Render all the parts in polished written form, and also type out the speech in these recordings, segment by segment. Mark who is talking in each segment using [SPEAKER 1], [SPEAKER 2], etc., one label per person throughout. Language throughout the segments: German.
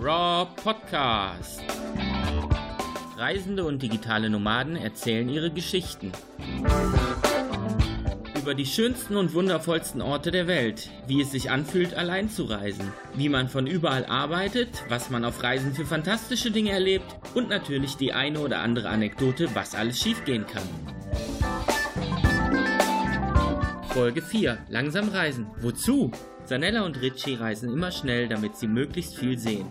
[SPEAKER 1] Raw Podcast. Reisende und digitale Nomaden erzählen ihre Geschichten. Über die schönsten und wundervollsten Orte der Welt, wie es sich anfühlt, allein zu reisen, wie man von überall arbeitet, was man auf Reisen für fantastische Dinge erlebt und natürlich die eine oder andere Anekdote, was alles schiefgehen kann. Folge 4. Langsam reisen. Wozu? Sanella und Richie reisen immer schnell, damit sie möglichst viel sehen.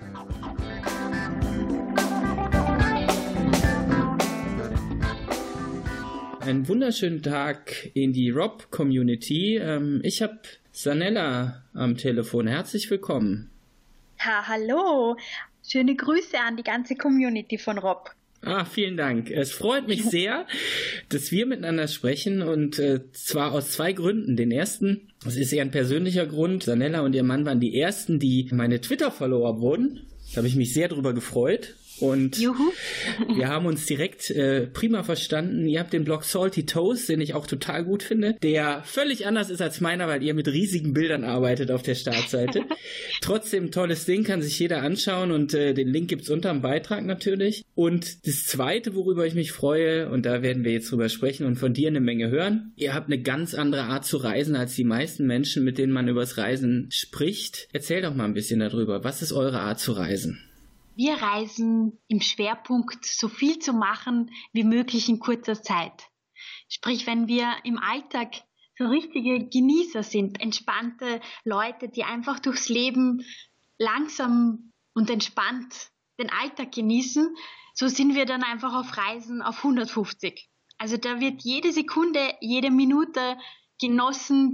[SPEAKER 1] Einen wunderschönen Tag in die Rob-Community. Ich habe Sanella am Telefon. Herzlich willkommen.
[SPEAKER 2] Ja, hallo. Schöne Grüße an die ganze Community von Rob.
[SPEAKER 1] Vielen Dank. Es freut mich sehr, dass wir miteinander sprechen und zwar aus zwei Gründen. Den ersten, das ist eher ein persönlicher Grund. Sanella und ihr Mann waren die ersten, die meine Twitter-Follower wurden. Da habe ich mich sehr drüber gefreut. Und wir haben uns direkt prima verstanden. Ihr habt den Blog Salty Toast, den ich auch total gut finde, der völlig anders ist als meiner, weil ihr mit riesigen Bildern arbeitet auf der Startseite. Trotzdem ein tolles Ding, kann sich jeder anschauen und den Link gibt's unter dem Beitrag natürlich. Und das Zweite, worüber ich mich freue, und da werden wir jetzt drüber sprechen und von dir eine Menge hören, ihr habt eine ganz andere Art zu reisen als die meisten Menschen, mit denen man übers Reisen spricht. Erzähl doch mal ein bisschen darüber. Was ist eure Art zu reisen?
[SPEAKER 2] Wir reisen im Schwerpunkt, so viel zu machen wie möglich in kurzer Zeit. Sprich, wenn wir im Alltag so richtige Genießer sind, entspannte Leute, die einfach durchs Leben langsam und entspannt den Alltag genießen, so sind wir dann einfach auf Reisen auf 150. Also da wird jede Sekunde, jede Minute genossen,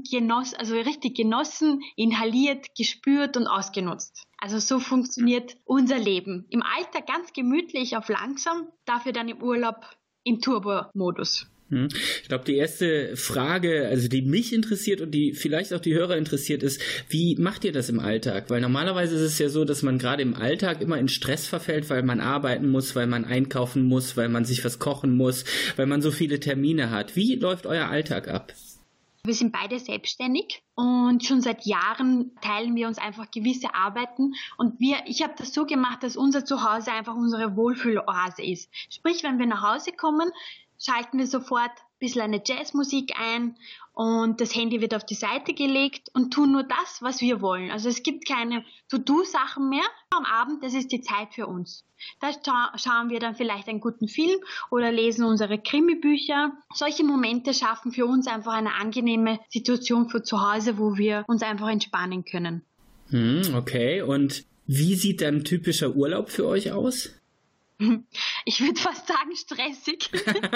[SPEAKER 2] inhaliert, gespürt und ausgenutzt. Also so funktioniert unser Leben. Im Alltag ganz gemütlich auf langsam, dafür dann im Urlaub im Turbo-Modus.
[SPEAKER 1] Ich glaube, die erste Frage, also die mich interessiert und die vielleicht auch die Hörer interessiert, ist, wie macht ihr das im Alltag? Weil normalerweise ist es ja so, dass man gerade im Alltag immer in Stress verfällt, weil man arbeiten muss, weil man einkaufen muss, weil man sich was kochen muss, weil man so viele Termine hat. Wie läuft euer Alltag ab?
[SPEAKER 2] Wir sind beide selbstständig und schon seit Jahren teilen wir uns einfach gewisse Arbeiten und ich habe das so gemacht, dass unser Zuhause einfach unsere Wohlfühloase ist. Sprich, wenn wir nach Hause kommen, schalten wir sofort ein bisschen eine Jazzmusik ein und das Handy wird auf die Seite gelegt und tun nur das, was wir wollen. Also es gibt keine To-Do-Sachen mehr. Am Abend, das ist die Zeit für uns. Da schauen wir dann vielleicht einen guten Film oder lesen unsere Krimi-Bücher. Solche Momente schaffen für uns einfach eine angenehme Situation für zu Hause, wo wir uns einfach entspannen können.
[SPEAKER 1] Okay, und wie sieht dann ein typischer Urlaub für euch aus?
[SPEAKER 2] Ich würde fast sagen stressig.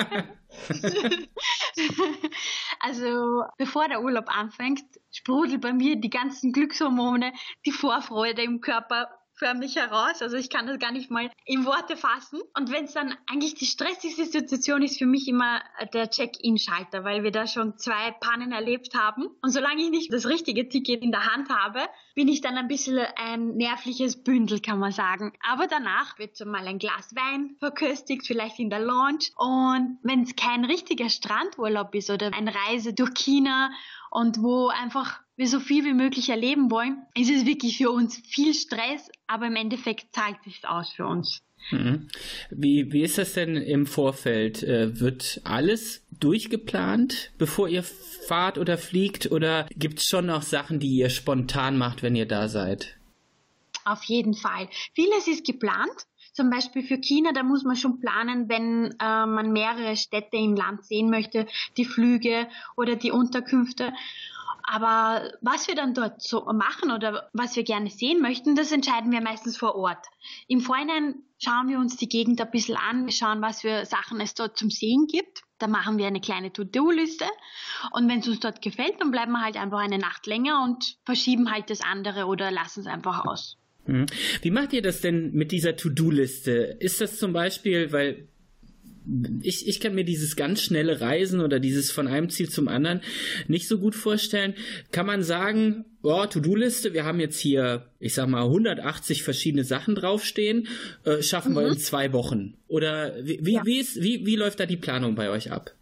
[SPEAKER 2] Also bevor der Urlaub anfängt, sprudelt bei mir die ganzen Glückshormone, die Vorfreude im Körper förmlich heraus. Also ich kann das gar nicht mal in Worte fassen. Und wenn es dann eigentlich die stressigste Situation ist für mich immer der Check-in-Schalter, weil wir da schon 2 Pannen erlebt haben. Und solange ich nicht das richtige Ticket in der Hand habe, bin ich dann ein bisschen ein nervliches Bündel, kann man sagen. Aber danach wird so mal ein Glas Wein verköstigt, vielleicht in der Lounge. Und wenn es kein richtiger Strandurlaub ist oder eine Reise durch China und wo einfach wir so viel wie möglich erleben wollen, ist es wirklich für uns viel Stress, aber im Endeffekt zahlt es sich aus für uns.
[SPEAKER 1] Wie ist das denn im Vorfeld? Wird alles durchgeplant, bevor ihr fahrt oder fliegt? Oder gibt es schon noch Sachen, die ihr spontan macht, wenn ihr da seid?
[SPEAKER 2] Auf jeden Fall. Vieles ist geplant. Zum Beispiel für China, da muss man schon planen, wenn man mehrere Städte im Land sehen möchte, die Flüge oder die Unterkünfte. Aber was wir dann dort so machen oder was wir gerne sehen möchten, das entscheiden wir meistens vor Ort. Im Vorhinein schauen wir uns die Gegend ein bisschen an, wir schauen, was für Sachen es dort zum Sehen gibt. Da machen wir eine kleine To-Do-Liste und wenn es uns dort gefällt, dann bleiben wir halt einfach eine Nacht länger und verschieben halt das andere oder lassen es einfach aus.
[SPEAKER 1] Wie macht ihr das denn mit dieser To-Do-Liste? Ist das zum Beispiel, weil ich kann mir dieses ganz schnelle Reisen oder dieses von einem Ziel zum anderen nicht so gut vorstellen. Kann man sagen, To-Do-Liste, wir haben jetzt hier, ich sag mal, 180 verschiedene Sachen draufstehen, schaffen wir in 2 Wochen? Oder wie läuft da die Planung bei euch ab?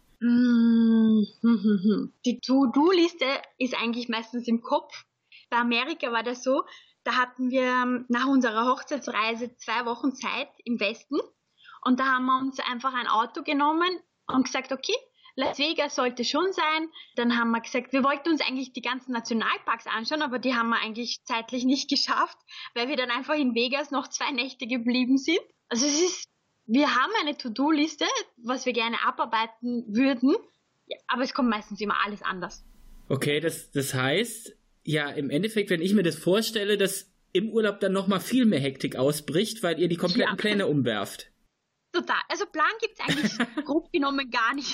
[SPEAKER 2] Die To-Do-Liste ist eigentlich meistens im Kopf. Bei Amerika war das so, da hatten wir nach unserer Hochzeitsreise 2 Wochen Zeit im Westen und da haben wir uns einfach ein Auto genommen und gesagt, okay, Las Vegas sollte schon sein. Dann haben wir gesagt, wir wollten uns eigentlich die ganzen Nationalparks anschauen, aber die haben wir eigentlich zeitlich nicht geschafft, weil wir dann einfach in Vegas noch 2 Nächte geblieben sind. Also wir haben eine To-Do-Liste, was wir gerne abarbeiten würden, aber es kommt meistens immer alles anders.
[SPEAKER 1] Okay, das heißt, ja, im Endeffekt, wenn ich mir das vorstelle, dass im Urlaub dann nochmal viel mehr Hektik ausbricht, weil ihr die kompletten Pläne umwerft.
[SPEAKER 2] Total. Also Plan gibt's eigentlich grob genommen gar nicht.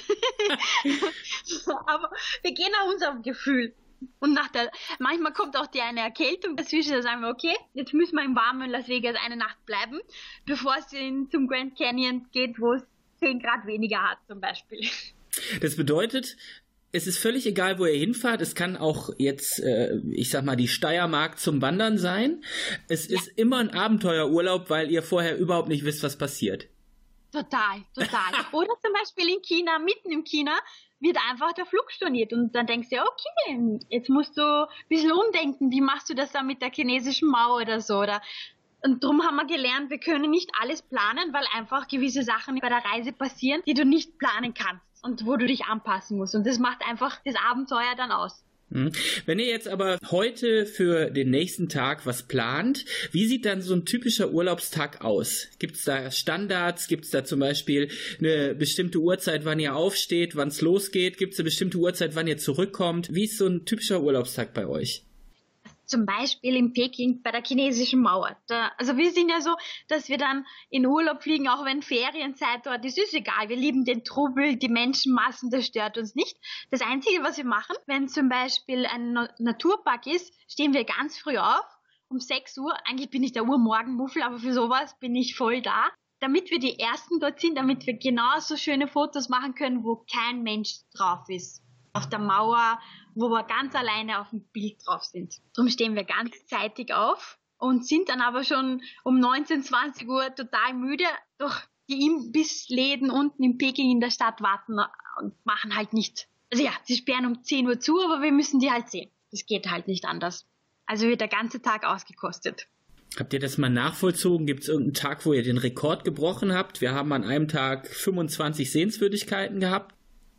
[SPEAKER 2] Aber wir gehen nach unserem Gefühl. Und manchmal kommt auch eine Erkältung dazwischen, da sagen wir, okay, jetzt müssen wir im warmen Las Vegas eine Nacht bleiben, bevor es zum Grand Canyon geht, wo es 10 Grad weniger hat zum Beispiel.
[SPEAKER 1] Das bedeutet, es ist völlig egal, wo ihr hinfahrt. Es kann auch jetzt, ich sag mal, die Steiermark zum Wandern sein. Es ist immer ein Abenteuerurlaub, weil ihr vorher überhaupt nicht wisst, was passiert.
[SPEAKER 2] Total. Oder zum Beispiel in China, mitten in China, wird einfach der Flug storniert. Und dann denkst du, okay, jetzt musst du ein bisschen umdenken. Wie machst du das dann mit der chinesischen Mauer oder so? Und darum haben wir gelernt, wir können nicht alles planen, weil einfach gewisse Sachen bei der Reise passieren, die du nicht planen kannst und wo du dich anpassen musst. Und das macht einfach das Abenteuer dann aus.
[SPEAKER 1] Wenn ihr jetzt aber heute für den nächsten Tag was plant, wie sieht dann so ein typischer Urlaubstag aus? Gibt es da Standards? Gibt es da zum Beispiel eine bestimmte Uhrzeit, wann ihr aufsteht, wann es losgeht? Gibt es eine bestimmte Uhrzeit, wann ihr zurückkommt? Wie ist so ein typischer Urlaubstag bei euch?
[SPEAKER 2] Zum Beispiel in Peking bei der chinesischen Mauer. Also wir sind ja so, dass wir dann in Urlaub fliegen, auch wenn Ferienzeit dort ist. Ist egal, wir lieben den Trubel, die Menschenmassen, das stört uns nicht. Das Einzige, was wir machen, wenn zum Beispiel ein Naturpark ist, stehen wir ganz früh auf, um 6 Uhr. Eigentlich bin ich der Uhrmorgenmuffel, aber für sowas bin ich voll da. Damit wir die Ersten dort sind, damit wir genauso schöne Fotos machen können, wo kein Mensch drauf ist. Auf der Mauer, wo wir ganz alleine auf dem Bild drauf sind. Darum stehen wir ganz zeitig auf und sind dann aber schon um 19, 20 Uhr total müde. Doch die Imbissläden unten in Peking in der Stadt warten und machen halt nicht. Also ja, sie sperren um 10 Uhr zu, aber wir müssen die halt sehen. Das geht halt nicht anders. Also wird der ganze Tag ausgekostet.
[SPEAKER 1] Habt ihr das mal nachvollzogen? Gibt es irgendeinen Tag, wo ihr den Rekord gebrochen habt? Wir haben an einem Tag 25 Sehenswürdigkeiten gehabt.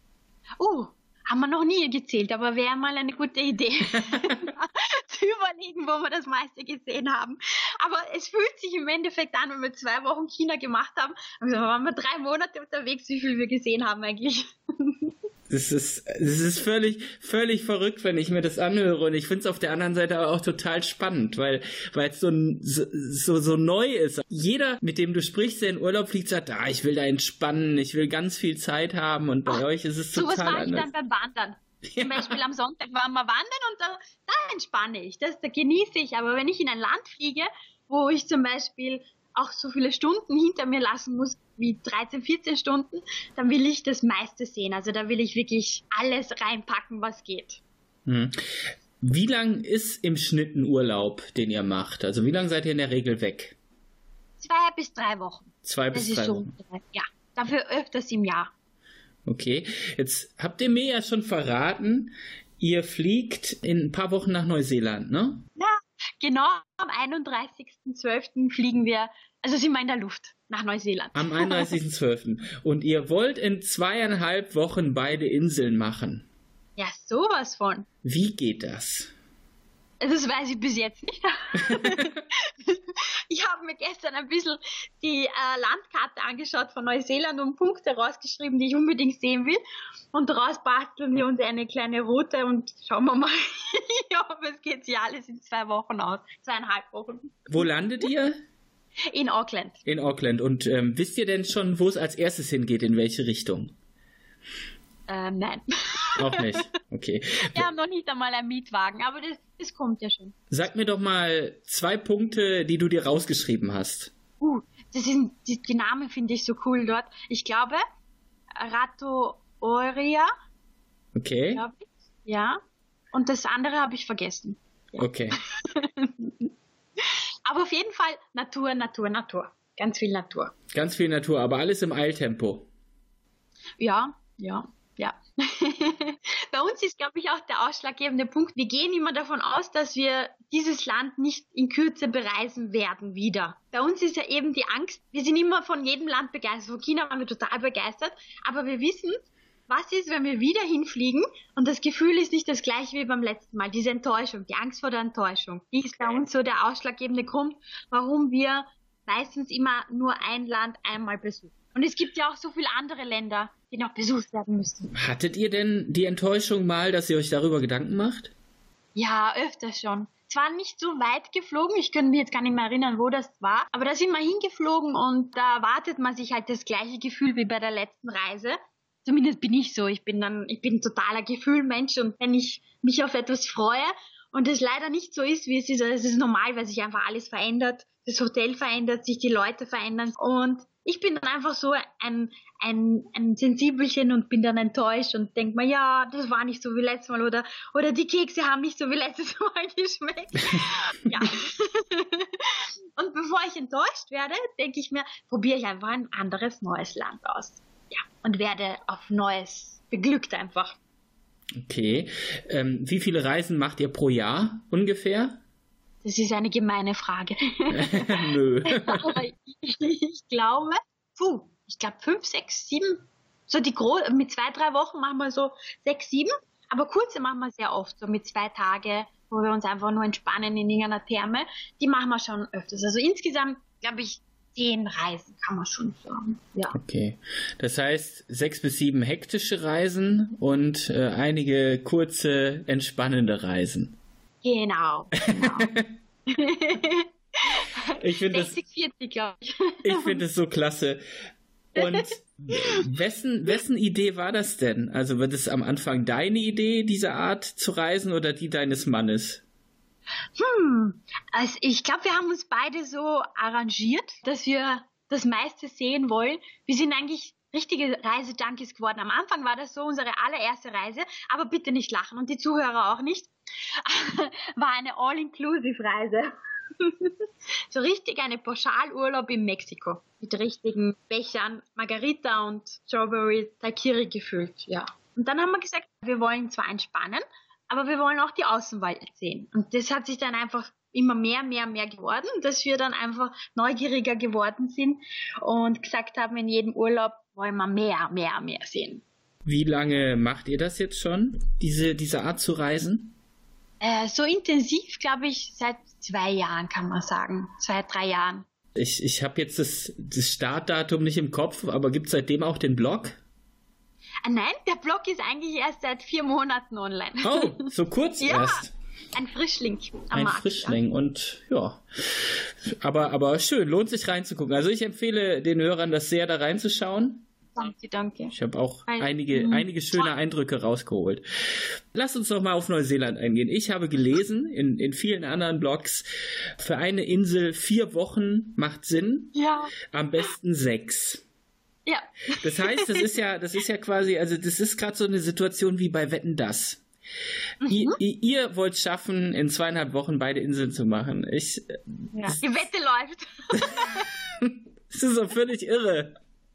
[SPEAKER 2] Haben wir noch nie gezählt, aber wäre mal eine gute Idee, zu überlegen, wo wir das meiste gesehen haben. Aber es fühlt sich im Endeffekt an, wenn wir 2 Wochen China gemacht haben. Also waren wir 3 Monate unterwegs, wie viel wir gesehen haben eigentlich.
[SPEAKER 1] Das ist völlig verrückt, wenn ich mir das anhöre. Und ich finde es auf der anderen Seite aber auch total spannend, weil es so neu ist. Jeder, mit dem du sprichst, der in Urlaub fliegt, sagt, ich will da entspannen, ich will ganz viel Zeit haben. Und bei euch ist es total anders.
[SPEAKER 2] So was mache ich dann beim Wandern. Ja. Zum Beispiel am Sonntag waren wir wandern und da entspanne ich. Da genieße ich. Aber wenn ich in ein Land fliege, wo ich zum Beispiel auch so viele Stunden hinter mir lassen muss, wie 13, 14 Stunden, dann will ich das meiste sehen. Also da will ich wirklich alles reinpacken, was geht.
[SPEAKER 1] Wie lang ist im Schnitt ein Urlaub, den ihr macht? Also wie lange seid ihr in der Regel weg?
[SPEAKER 2] 2 bis 3 Wochen.
[SPEAKER 1] 2 bis 3 Wochen?
[SPEAKER 2] Ja, dafür öfters im Jahr. Okay,
[SPEAKER 1] jetzt habt ihr mir ja schon verraten, ihr fliegt in ein paar Wochen nach Neuseeland, ne?
[SPEAKER 2] Ja, genau, am 31.12. fliegen wir, also sind wir in der Luft nach Neuseeland.
[SPEAKER 1] Am 31.12. Und ihr wollt in 2,5 Wochen beide Inseln machen.
[SPEAKER 2] Ja, sowas von.
[SPEAKER 1] Wie geht das?
[SPEAKER 2] Das weiß ich bis jetzt nicht. Ich habe mir gestern ein bisschen die Landkarte angeschaut von Neuseeland und Punkte rausgeschrieben, die ich unbedingt sehen will. Und daraus basteln wir uns eine kleine Route und schauen wir mal. Ich hoffe, es geht sich alles in 2 Wochen aus. 2,5 Wochen.
[SPEAKER 1] Wo landet ihr?
[SPEAKER 2] In Auckland.
[SPEAKER 1] In Auckland. Und wisst ihr denn schon, wo es als erstes hingeht, in welche Richtung?
[SPEAKER 2] Nein.
[SPEAKER 1] Auch nicht, okay.
[SPEAKER 2] Wir haben noch nicht einmal einen Mietwagen, aber das kommt ja schon.
[SPEAKER 1] Sag mir doch mal 2 Punkte, die du dir rausgeschrieben hast.
[SPEAKER 2] Die Namen finde ich so cool dort. Ich glaube, Rato Oria.
[SPEAKER 1] Okay.
[SPEAKER 2] Ja. Und das andere habe ich vergessen. Ja.
[SPEAKER 1] Okay.
[SPEAKER 2] Aber auf jeden Fall Natur. Ganz viel Natur.
[SPEAKER 1] Ganz viel Natur, aber alles im Eiltempo.
[SPEAKER 2] Ja. Bei uns uns ist, glaube ich, auch der ausschlaggebende Punkt. Wir gehen immer davon aus, dass wir dieses Land nicht in Kürze bereisen werden wieder. Bei uns ist ja eben die Angst, wir sind immer von jedem Land begeistert. Von China waren wir total begeistert, aber wir wissen, was ist, wenn wir wieder hinfliegen und das Gefühl ist nicht das gleiche wie beim letzten Mal. Diese Enttäuschung, die Angst vor der Enttäuschung, die ist bei uns so der ausschlaggebende Grund, warum wir meistens immer nur ein Land einmal besuchen. Und es gibt ja auch so viele andere Länder, die noch besucht werden müssen.
[SPEAKER 1] Hattet ihr denn die Enttäuschung mal, dass ihr euch darüber Gedanken macht?
[SPEAKER 2] Ja, öfter schon. Zwar nicht so weit geflogen, ich könnte mich jetzt gar nicht mehr erinnern, wo das war, aber da sind wir hingeflogen und da erwartet man sich halt das gleiche Gefühl wie bei der letzten Reise. Zumindest bin ich so. Ich bin ein totaler Gefühlmensch und wenn ich mich auf etwas freue und es leider nicht so ist, wie es ist, es ist normal, weil sich einfach alles verändert. Das Hotel verändert sich, die Leute verändern und ich bin dann einfach so ein Sensibelchen und bin dann enttäuscht und denke mir, ja, das war nicht so wie letztes Mal oder die Kekse haben nicht so wie letztes Mal geschmeckt. Ja. Und bevor ich enttäuscht werde, denke ich mir, probiere ich einfach ein anderes, neues Land aus. Ja. Und werde auf Neues beglückt einfach.
[SPEAKER 1] Okay. Wie viele Reisen macht ihr pro Jahr ungefähr?
[SPEAKER 2] Das ist eine gemeine Frage.
[SPEAKER 1] Nö.
[SPEAKER 2] Aber ich glaube 5, 6, 7. So mit 2-3 Wochen machen wir so 6, 7. Aber kurze machen wir sehr oft, so mit 2 Tage, wo wir uns einfach nur entspannen in irgendeiner Therme. Die machen wir schon öfters. Also insgesamt, glaube ich, 10 Reisen kann man schon sagen. Ja.
[SPEAKER 1] Okay. Das heißt 6 bis 7 hektische Reisen und einige kurze, entspannende Reisen.
[SPEAKER 2] Genau.
[SPEAKER 1] Ich finde
[SPEAKER 2] 60-40, glaube ich.
[SPEAKER 1] Ich finde es so klasse. Und wessen Idee war das denn? Also war das am Anfang deine Idee, diese Art zu reisen oder die deines Mannes?
[SPEAKER 2] Also ich glaube, wir haben uns beide so arrangiert, dass wir das meiste sehen wollen. Wir sind eigentlich richtige Reisejunkies geworden. Am Anfang war das so unsere allererste Reise, aber bitte nicht lachen und die Zuhörer auch nicht. War eine All-Inclusive-Reise. So richtig eine Pauschalurlaub in Mexiko. Mit richtigen Bechern, Margarita und Strawberry Daiquiri gefüllt, ja. Und dann haben wir gesagt, wir wollen zwar entspannen, aber wir wollen auch die Außenwelt sehen. Und das hat sich dann einfach immer mehr geworden, dass wir dann einfach neugieriger geworden sind und gesagt haben, in jedem Urlaub wollen wir mehr sehen.
[SPEAKER 1] Wie lange macht ihr das jetzt schon, diese Art zu reisen?
[SPEAKER 2] So intensiv, glaube ich, seit 2 Jahren, kann man sagen. 2, 3 Jahren.
[SPEAKER 1] Ich habe jetzt das Startdatum nicht im Kopf, aber gibt es seitdem auch den Blog?
[SPEAKER 2] Nein, der Blog ist eigentlich erst seit 4 Monaten online.
[SPEAKER 1] Oh, so kurz
[SPEAKER 2] ja,
[SPEAKER 1] erst.
[SPEAKER 2] Ein Frischling am
[SPEAKER 1] Ein
[SPEAKER 2] Markt.
[SPEAKER 1] Frischling und ja. Aber schön, lohnt sich reinzugucken. Also ich empfehle den Hörern das sehr, da reinzuschauen.
[SPEAKER 2] Danke.
[SPEAKER 1] Ich habe auch einige schöne Eindrücke rausgeholt. Lass uns doch mal auf Neuseeland eingehen. Ich habe gelesen in vielen anderen Blogs, für eine Insel 4 Wochen macht Sinn.
[SPEAKER 2] Ja.
[SPEAKER 1] Am besten 6.
[SPEAKER 2] Ja.
[SPEAKER 1] Das heißt, das ist ja quasi, also das ist gerade so eine Situation wie bei Wetten, dass. Ihr wollt schaffen, in 2,5 Wochen beide Inseln zu machen.
[SPEAKER 2] Die Wette läuft.
[SPEAKER 1] Das ist so völlig irre.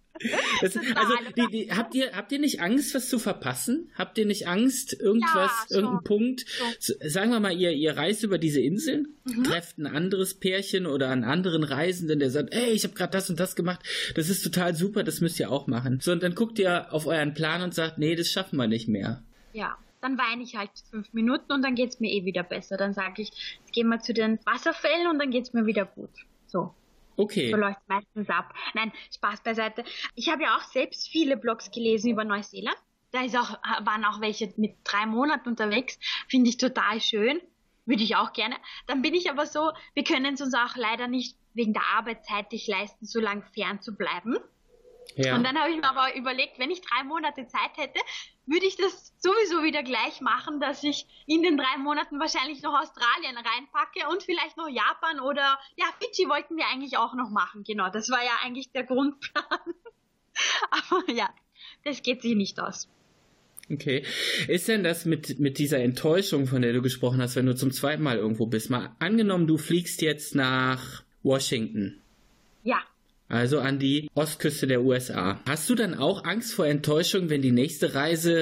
[SPEAKER 1] Habt ihr nicht Angst, was zu verpassen? Habt ihr nicht Angst, irgendeinen Punkt? Sagen wir mal, ihr reist über diese Inseln, trefft ein anderes Pärchen oder einen anderen Reisenden, der sagt, ey, ich habe gerade das und das gemacht, das ist total super, das müsst ihr auch machen. So, und dann guckt ihr auf euren Plan und sagt, nee, das schaffen wir nicht mehr.
[SPEAKER 2] Ja. Dann weine ich halt 5 Minuten und dann geht's mir wieder besser. Dann sage ich, jetzt gehen wir zu den Wasserfällen und dann geht's mir wieder gut. So.
[SPEAKER 1] Okay.
[SPEAKER 2] So läuft es meistens ab. Nein, Spaß beiseite. Ich habe ja auch selbst viele Blogs gelesen über Neuseeland. Da waren auch welche mit 3 Monaten unterwegs. Finde ich total schön. Würde ich auch gerne. Dann bin ich aber so, wir können es uns auch leider nicht wegen der Arbeit zeitlich leisten, so lang fern zu bleiben. Ja. Und dann habe ich mir aber überlegt, wenn ich 3 Monate Zeit hätte, würde ich das sowieso wieder gleich machen, dass ich in den 3 Monaten wahrscheinlich noch Australien reinpacke und vielleicht noch Japan oder, ja, Fidschi wollten wir eigentlich auch noch machen. Genau, das war ja eigentlich der Grundplan. Aber ja, das geht sich nicht aus.
[SPEAKER 1] Okay. Ist denn das mit dieser Enttäuschung, von der du gesprochen hast, wenn du zum 2. Mal irgendwo bist? Mal angenommen, du fliegst jetzt nach Washington.
[SPEAKER 2] Ja.
[SPEAKER 1] Also an die Ostküste der USA. Hast du dann auch Angst vor Enttäuschung, wenn die nächste Reise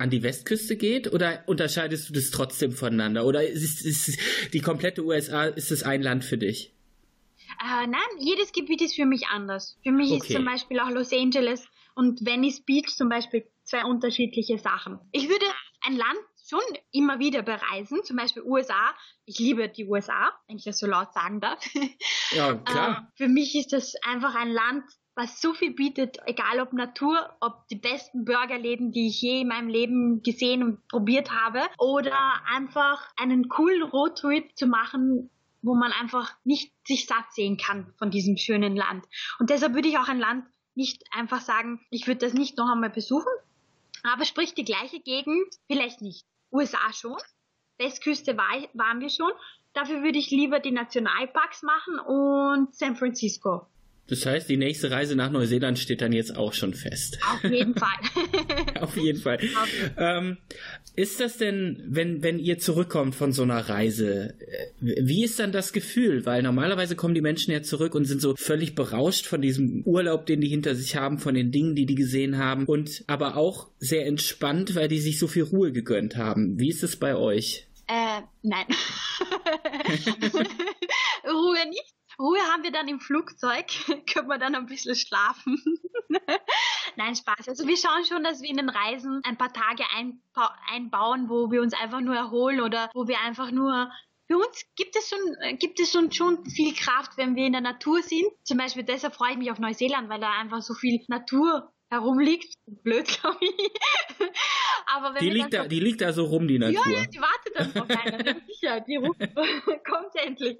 [SPEAKER 1] an die Westküste geht, oder unterscheidest du das trotzdem voneinander? Oder ist die komplette USA, ist es ein Land für dich?
[SPEAKER 2] Nein, jedes Gebiet ist für mich anders. Für mich ist zum Beispiel auch Los Angeles und Venice Beach zum Beispiel 2 unterschiedliche Sachen. Ich würde ein Land schon immer wieder bereisen, zum Beispiel USA. Ich liebe die USA, wenn ich das so laut sagen darf.
[SPEAKER 1] Ja, klar.
[SPEAKER 2] Für mich ist das einfach ein Land, was so viel bietet, egal ob Natur, ob die besten Burgerläden, die ich je in meinem Leben gesehen und probiert habe, oder einfach einen coolen Roadtrip zu machen, wo man einfach nicht sich satt sehen kann von diesem schönen Land. Und deshalb würde ich auch ein Land nicht einfach sagen, ich würde das nicht noch einmal besuchen, aber sprich die gleiche Gegend, vielleicht nicht. USA schon, Westküste waren wir schon, dafür würde ich lieber die Nationalparks machen und San Francisco.
[SPEAKER 1] Das heißt, die nächste Reise nach Neuseeland steht dann jetzt auch schon fest.
[SPEAKER 2] Auf jeden Fall.
[SPEAKER 1] Auf jeden Fall. Ist das denn, wenn ihr zurückkommt von so einer Reise, wie ist dann das Gefühl? Weil normalerweise kommen die Menschen ja zurück und sind so völlig berauscht von diesem Urlaub, den die hinter sich haben, von den Dingen, die gesehen haben, und aber auch sehr entspannt, weil die sich so viel Ruhe gegönnt haben. Wie ist es bei euch?
[SPEAKER 2] Nein. Ruhe nicht. Ruhe haben wir dann im Flugzeug, können wir dann ein bisschen schlafen. Nein, Spaß. Also wir schauen schon, dass wir in den Reisen ein paar Tage einbauen, wo wir uns einfach nur erholen oder wo wir einfach nur... Für uns gibt es schon viel Kraft, wenn wir in der Natur sind. Zum Beispiel deshalb freue ich mich auf Neuseeland, weil da einfach so viel Natur herumliegt. Blöd, glaube ich. Aber wenn
[SPEAKER 1] die liegt da so rum, die Natur.
[SPEAKER 2] Ja, die wartet dann auf einen. Sicher, die ruft, kommt endlich.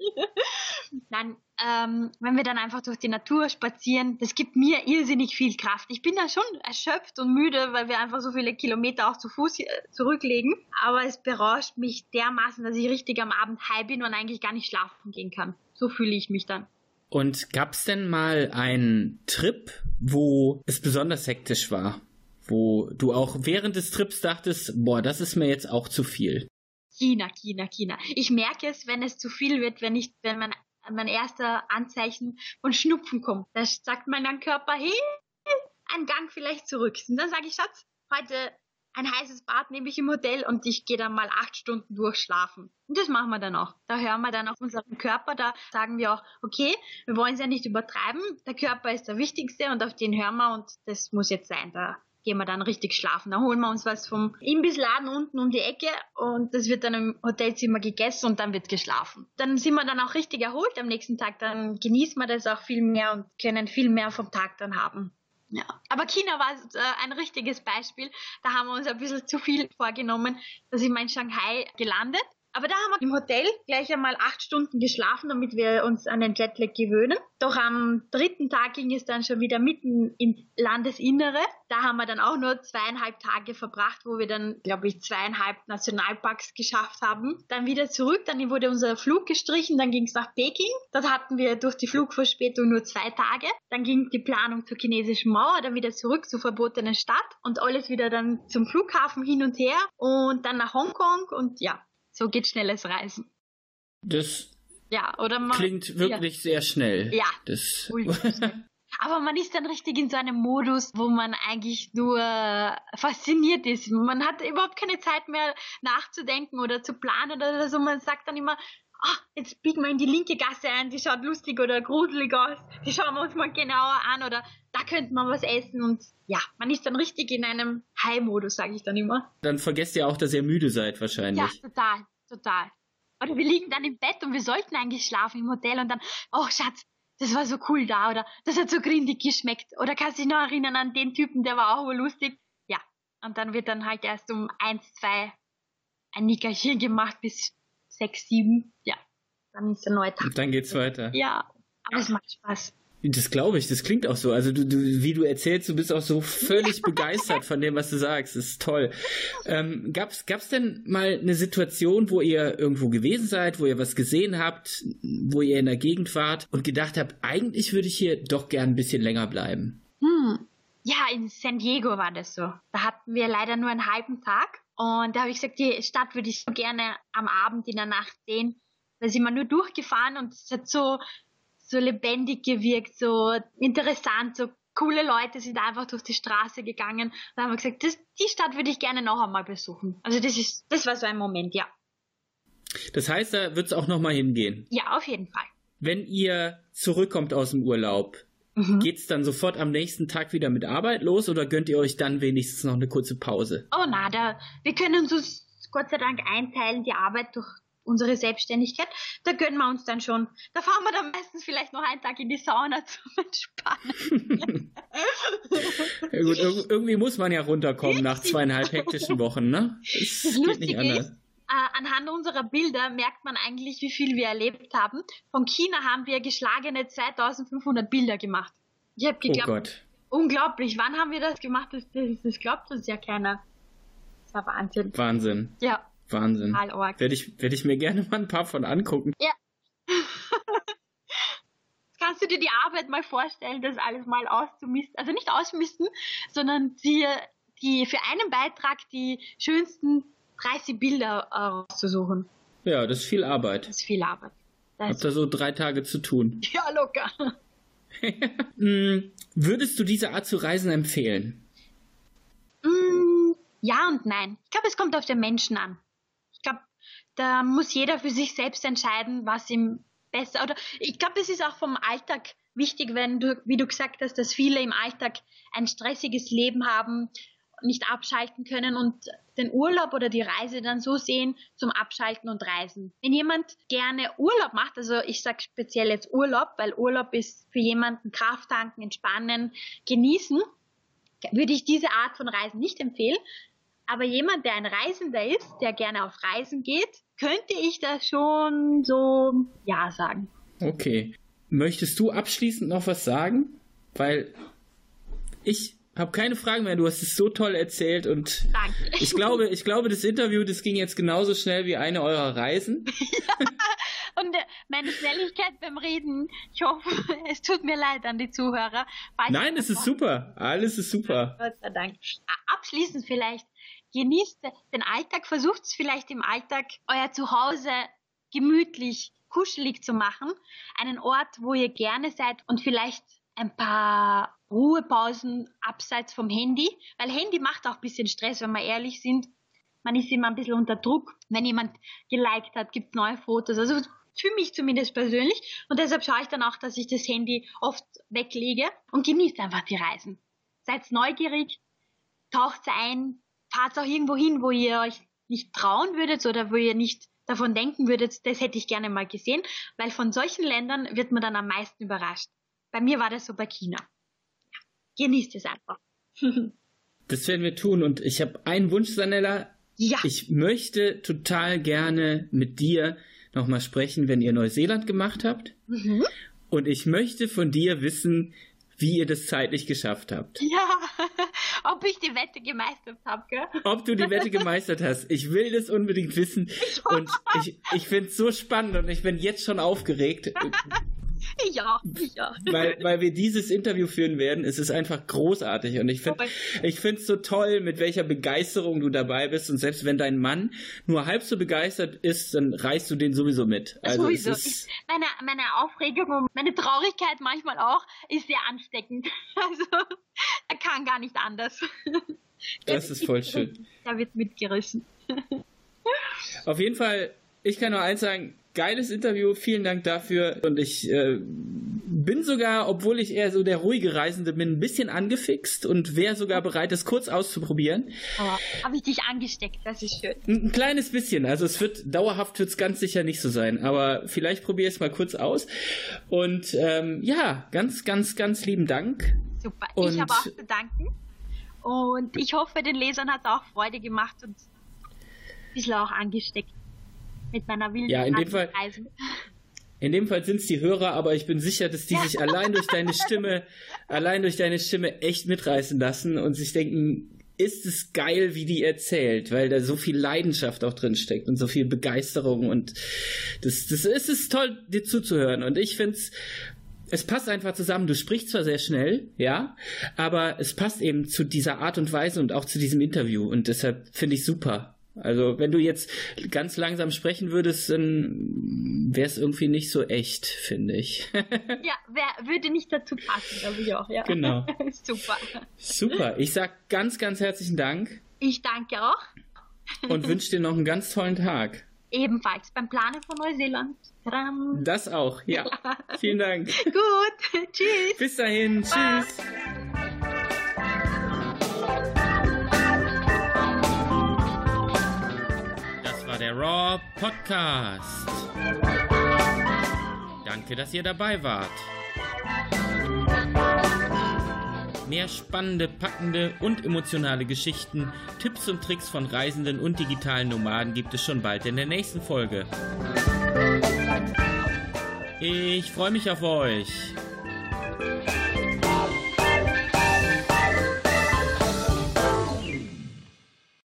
[SPEAKER 2] Nein, wenn wir dann einfach durch die Natur spazieren, das gibt mir irrsinnig viel Kraft. Ich bin da schon erschöpft und müde, weil wir einfach so viele Kilometer auch zu Fuß zurücklegen. Aber es berauscht mich dermaßen, dass ich richtig am Abend high bin und eigentlich gar nicht schlafen gehen kann. So fühle ich mich dann.
[SPEAKER 1] Und gab's denn mal einen Trip, wo es besonders hektisch war? Wo du auch während des Trips dachtest, boah, das ist mir jetzt auch zu viel?
[SPEAKER 2] China. Ich merke es, wenn es zu viel wird, wenn mein erster Anzeichen von Schnupfen kommt. Da sagt mein Körper, hey, einen Gang vielleicht zurück. Und dann sage ich, Schatz, heute ein heißes Bad nehme ich im Hotel und ich gehe dann mal 8 Stunden durchschlafen. Und das machen wir dann auch. Da hören wir dann auf unseren Körper, da sagen wir auch, okay, wir wollen es ja nicht übertreiben, der Körper ist der Wichtigste und auf den hören wir und das muss jetzt sein. Da gehen wir dann richtig schlafen. Da holen wir uns was vom Imbissladen unten um die Ecke und das wird dann im Hotelzimmer gegessen und dann wird geschlafen. Dann sind wir dann auch richtig erholt am nächsten Tag, dann genießen wir das auch viel mehr und können viel mehr vom Tag dann haben. Ja. Aber China war ein richtiges Beispiel. Da haben wir uns ein bisschen zu viel vorgenommen. Da sind wir in Shanghai gelandet. Aber da haben wir im Hotel gleich einmal 8 Stunden geschlafen, damit wir uns an den Jetlag gewöhnen. Doch am 3. Tag ging es dann schon wieder mitten ins Landesinnere. Da haben wir dann auch nur 2,5 Tage verbracht, wo wir dann, glaube ich, 2,5 Nationalparks geschafft haben. Dann wieder zurück, dann wurde unser Flug gestrichen, dann ging es nach Peking. Dort hatten wir durch die Flugverspätung nur 2 Tage. Dann ging die Planung zur chinesischen Mauer, dann wieder zurück zur verbotenen Stadt und alles wieder dann zum Flughafen hin und her und dann nach Hongkong und ja. So geht schnelles Reisen.
[SPEAKER 1] Das klingt wirklich sehr schnell.
[SPEAKER 2] Ja.
[SPEAKER 1] Das
[SPEAKER 2] Aber man ist dann richtig in so einem Modus, wo man eigentlich nur fasziniert ist. Man hat überhaupt keine Zeit mehr nachzudenken oder zu planen oder so. Man sagt dann immer, jetzt biegen wir in die linke Gasse ein, die schaut lustig oder gruselig aus. Die schauen wir uns mal genauer an oder da könnte man was essen. Und ja, man ist dann richtig in einem High-Modus, sage ich dann immer.
[SPEAKER 1] Dann vergesst ihr auch, dass ihr müde seid wahrscheinlich.
[SPEAKER 2] Ja, total. Oder wir liegen dann im Bett und wir sollten eigentlich schlafen im Hotel und dann, oh Schatz, das war so cool da oder das hat so grindig geschmeckt. Oder kannst du dich noch erinnern an den Typen, der war auch lustig. Ja, und dann wird dann halt erst um 1, 2 ein Nickerchen gemacht bis 6, 7. Ja, dann ist der neue Tag.
[SPEAKER 1] Und dann geht's weiter.
[SPEAKER 2] Ja, aber es macht Spaß.
[SPEAKER 1] Das glaube ich, das klingt auch so. Also wie du erzählst, du bist auch so völlig begeistert von dem, was du sagst. Das ist toll. Gab's denn mal eine Situation, wo ihr irgendwo gewesen seid, wo ihr was gesehen habt, wo ihr in der Gegend wart und gedacht habt, eigentlich würde ich hier doch gern ein bisschen länger bleiben?
[SPEAKER 2] Ja, in San Diego war das so. Da hatten wir leider nur einen halben Tag. Und da habe ich gesagt, die Stadt würde ich so gerne am Abend in der Nacht sehen. Da sind wir nur durchgefahren und es hat so lebendig gewirkt, so interessant, so coole Leute sind einfach durch die Straße gegangen. Da haben wir gesagt, die Stadt würde ich gerne noch einmal besuchen. Also das war so ein Moment, ja.
[SPEAKER 1] Das heißt, da wird es auch nochmal hingehen?
[SPEAKER 2] Ja, auf jeden Fall.
[SPEAKER 1] Wenn ihr zurückkommt aus dem Urlaub, geht's dann sofort am nächsten Tag wieder mit Arbeit los oder gönnt ihr euch dann wenigstens noch eine kurze Pause?
[SPEAKER 2] Oh na, wir können uns Gott sei Dank einteilen, die Arbeit durch unsere Selbstständigkeit. Da gönnen wir uns dann schon. Da fahren wir dann meistens vielleicht noch einen Tag in die Sauna zum Entspannen.
[SPEAKER 1] Ja gut, irgendwie muss man ja runterkommen nach 2,5 hektischen Wochen, ne? Das geht nicht anders.
[SPEAKER 2] Anhand unserer Bilder merkt man eigentlich, wie viel wir erlebt haben. Von China haben wir geschlagene 2500 Bilder gemacht. Ich habe geglaubt,
[SPEAKER 1] oh Gott.
[SPEAKER 2] Unglaublich. Wann haben wir das gemacht? Das glaubt uns ja keiner. Das war Wahnsinn.
[SPEAKER 1] Wahnsinn.
[SPEAKER 2] Ja.
[SPEAKER 1] Wahnsinn. Werde ich mir gerne mal ein paar von angucken.
[SPEAKER 2] Ja. Kannst du dir die Arbeit mal vorstellen, das alles mal auszumisten? Also nicht ausmisten, sondern dir für einen Beitrag die schönsten 30 Bilder rauszusuchen.
[SPEAKER 1] Ja, das ist viel Arbeit.
[SPEAKER 2] Das ist viel Arbeit.
[SPEAKER 1] Habt ihr so 3 Tage zu tun?
[SPEAKER 2] Ja, locker.
[SPEAKER 1] Würdest du diese Art zu reisen empfehlen?
[SPEAKER 2] Ja und nein. Ich glaube, es kommt auf den Menschen an. Ich glaube, da muss jeder für sich selbst entscheiden, was ihm besser, oder ich glaube, es ist auch vom Alltag wichtig, wie du gesagt hast, dass viele im Alltag ein stressiges Leben haben, nicht abschalten können und den Urlaub oder die Reise dann so sehen zum Abschalten und Reisen. Wenn jemand gerne Urlaub macht, also ich sage speziell jetzt Urlaub, weil Urlaub ist für jemanden Kraft tanken, entspannen, genießen, würde ich diese Art von Reisen nicht empfehlen. Aber jemand, der ein Reisender ist, der gerne auf Reisen geht, könnte ich das schon so ja sagen.
[SPEAKER 1] Okay. Möchtest du abschließend noch was sagen? Weil ich habe keine Fragen mehr. Du hast es so toll erzählt und
[SPEAKER 2] danke.
[SPEAKER 1] Ich glaube, das Interview, das ging jetzt genauso schnell wie eine eurer Reisen.
[SPEAKER 2] Und meine Schnelligkeit beim Reden, ich hoffe, es tut mir leid an die Zuhörer.
[SPEAKER 1] Nein, es ist super. Alles ist super.
[SPEAKER 2] Gott sei Dank. Abschließend vielleicht, genießt den Alltag, versucht es vielleicht im Alltag, euer Zuhause gemütlich, kuschelig zu machen. Einen Ort, wo ihr gerne seid und vielleicht ein paar Ruhepausen abseits vom Handy, weil Handy macht auch ein bisschen Stress, wenn wir ehrlich sind. Man ist immer ein bisschen unter Druck. Wenn jemand geliked hat, gibt es neue Fotos. Also für mich zumindest persönlich. Und deshalb schaue ich dann auch, dass ich das Handy oft weglege und genießt einfach die Reisen. Seid neugierig, taucht ein, fahrt auch irgendwo hin, wo ihr euch nicht trauen würdet oder wo ihr nicht davon denken würdet, das hätte ich gerne mal gesehen, weil von solchen Ländern wird man dann am meisten überrascht. Bei mir war das so bei China. Ja, genießt es einfach.
[SPEAKER 1] Das werden wir tun und ich habe einen Wunsch, Sanella.
[SPEAKER 2] Ja.
[SPEAKER 1] Ich möchte total gerne mit dir nochmal sprechen, wenn ihr Neuseeland gemacht habt.
[SPEAKER 2] Mhm.
[SPEAKER 1] Und ich möchte von dir wissen, wie ihr das zeitlich geschafft habt.
[SPEAKER 2] Ja, ob ich die Wette gemeistert habe, gell?
[SPEAKER 1] Ob du die Wette gemeistert hast. Ich will das unbedingt wissen. Und ich finde es so spannend und ich bin jetzt schon aufgeregt.
[SPEAKER 2] Ich auch.
[SPEAKER 1] Weil wir dieses Interview führen werden. Es ist einfach großartig und ich finde es so toll, mit welcher Begeisterung du dabei bist und selbst wenn dein Mann nur halb so begeistert ist, dann reißt du den sowieso mit. Also
[SPEAKER 2] sowieso. Meine Aufregung und meine Traurigkeit manchmal auch ist sehr ansteckend. Also er kann gar nicht anders.
[SPEAKER 1] Das ist voll schön.
[SPEAKER 2] Er wird mitgerissen.
[SPEAKER 1] Auf jeden Fall, ich kann nur eins sagen, geiles Interview, vielen Dank dafür. Und ich bin sogar, obwohl ich eher so der ruhige Reisende bin, ein bisschen angefixt und wäre sogar bereit, es kurz auszuprobieren.
[SPEAKER 2] Aber habe ich dich angesteckt, das ist schön.
[SPEAKER 1] Ein kleines bisschen, also dauerhaft wird es ganz sicher nicht so sein, aber vielleicht probiere ich es mal kurz aus. Und ja, ganz, ganz, ganz lieben Dank.
[SPEAKER 2] Super, ich habe auch zu danken. Und ich hoffe, den Lesern hat es auch Freude gemacht und ein bisschen auch angesteckt. Mit meiner wilden Reisen. In dem Fall sind es die Hörer, aber ich bin sicher, dass die sich allein durch deine Stimme echt mitreißen lassen und sich denken, ist es geil, wie die erzählt, weil da so viel Leidenschaft auch drin steckt und so viel Begeisterung und das ist toll, dir zuzuhören und ich finde es passt einfach zusammen. Du sprichst zwar sehr schnell, ja, aber es passt eben zu dieser Art und Weise und auch zu diesem Interview und deshalb finde ich super.
[SPEAKER 1] Also wenn du jetzt ganz langsam sprechen würdest, dann wäre es irgendwie nicht so echt, finde ich.
[SPEAKER 2] Ja, würde nicht dazu passen, glaube ich auch, ja.
[SPEAKER 1] Genau.
[SPEAKER 2] Super.
[SPEAKER 1] Super. Ich sag ganz, ganz herzlichen Dank.
[SPEAKER 2] Ich danke auch.
[SPEAKER 1] Und wünsche dir noch einen ganz tollen Tag.
[SPEAKER 2] Ebenfalls beim Planen von Neuseeland. Tadam.
[SPEAKER 1] Das auch, ja. Vielen Dank.
[SPEAKER 2] Gut. Tschüss.
[SPEAKER 1] Bis dahin.
[SPEAKER 2] Bye.
[SPEAKER 1] Tschüss. Das war der Raw Podcast. Danke, dass ihr dabei wart. Mehr spannende, packende und emotionale Geschichten, Tipps und Tricks von Reisenden und digitalen Nomaden gibt es schon bald in der nächsten Folge. Ich freue mich auf euch.